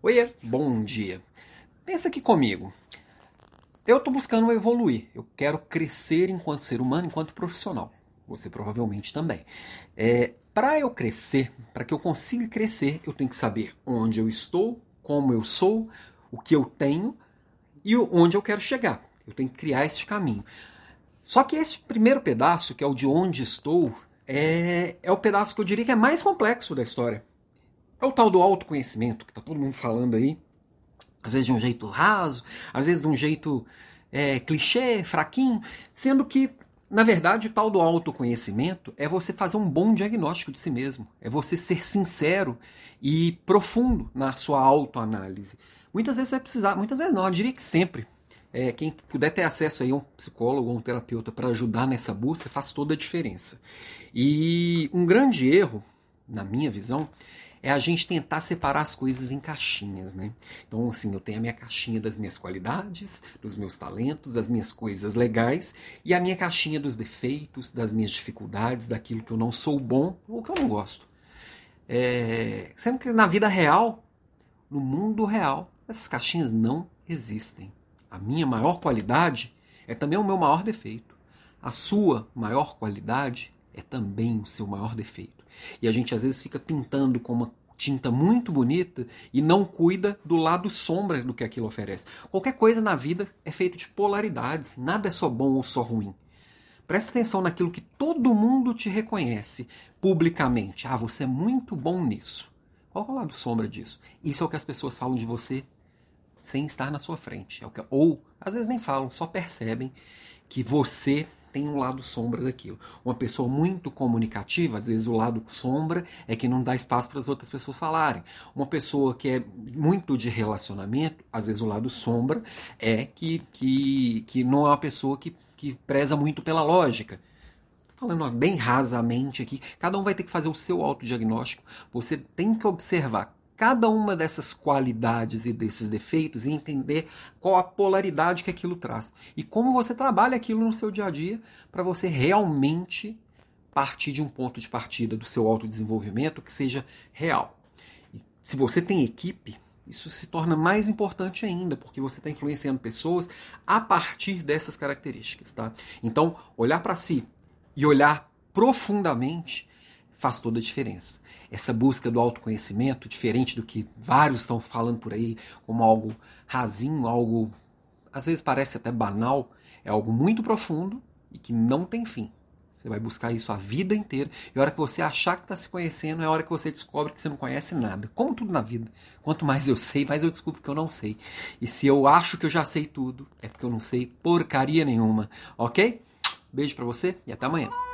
Oiê, bom dia. Pensa aqui comigo. Eu estou buscando evoluir. Eu quero crescer enquanto ser humano, enquanto profissional. Você provavelmente também. Para eu crescer, para que eu consiga crescer, eu tenho que saber onde eu estou, como eu sou, o que eu tenho e onde eu quero chegar. Eu tenho que criar esse caminho. Só que esse primeiro pedaço, que é o de onde estou, é o pedaço que eu diria que é mais complexo da história. É o tal do autoconhecimento, que está todo mundo falando aí. Às vezes de um jeito raso, às vezes de um jeito clichê, fraquinho, sendo que, na verdade, o tal do autoconhecimento é você fazer um bom diagnóstico de si mesmo, é você ser sincero e profundo na sua autoanálise. Muitas vezes vai precisar, muitas vezes não, eu diria que sempre. Quem puder ter acesso aí a um psicólogo ou um terapeuta para ajudar nessa busca faz toda a diferença. E um grande erro, na minha visão, é a gente tentar separar as coisas em caixinhas, né? Então, assim, eu tenho a minha caixinha das minhas qualidades, dos meus talentos, das minhas coisas legais, e a minha caixinha dos defeitos, das minhas dificuldades, daquilo que eu não sou bom ou que eu não gosto. Sendo que na vida real, no mundo real, essas caixinhas não existem. A minha maior qualidade é também o meu maior defeito. A sua maior qualidade é também o seu maior defeito. E a gente às vezes fica pintando com uma tinta muito bonita e não cuida do lado sombra do que aquilo oferece. Qualquer coisa na vida é feito de polaridades, nada é só bom ou só ruim. Presta atenção naquilo que todo mundo te reconhece publicamente. Ah, você é muito bom nisso. Qual é o lado sombra disso? Isso é o que as pessoas falam de você sem estar na sua frente. Ou, às vezes nem falam, só percebem que você tem um lado sombra daquilo. Uma pessoa muito comunicativa, às vezes o lado sombra é que não dá espaço para as outras pessoas falarem. Uma pessoa que é muito de relacionamento, às vezes o lado sombra é que não é uma pessoa que preza muito pela lógica. Falando bem rasamente aqui, cada um vai ter que fazer o seu autodiagnóstico. Você tem que observar cada uma dessas qualidades e desses defeitos e entender qual a polaridade que aquilo traz. E como você trabalha aquilo no seu dia a dia para você realmente partir de um ponto de partida do seu autodesenvolvimento que seja real. E se você tem equipe, isso se torna mais importante ainda, porque você está influenciando pessoas a partir dessas características. Tá? Então, olhar para si e olhar profundamente faz toda a diferença. Essa busca do autoconhecimento, diferente do que vários estão falando por aí, como algo rasinho, algo às vezes parece até banal, é algo muito profundo e que não tem fim. Você vai buscar isso a vida inteira, e a hora que você achar que está se conhecendo, é a hora que você descobre que você não conhece nada. Como tudo na vida. Quanto mais eu sei, mais eu descubro que eu não sei. E se eu acho que eu já sei tudo, é porque eu não sei porcaria nenhuma. Ok? Beijo pra você e até amanhã.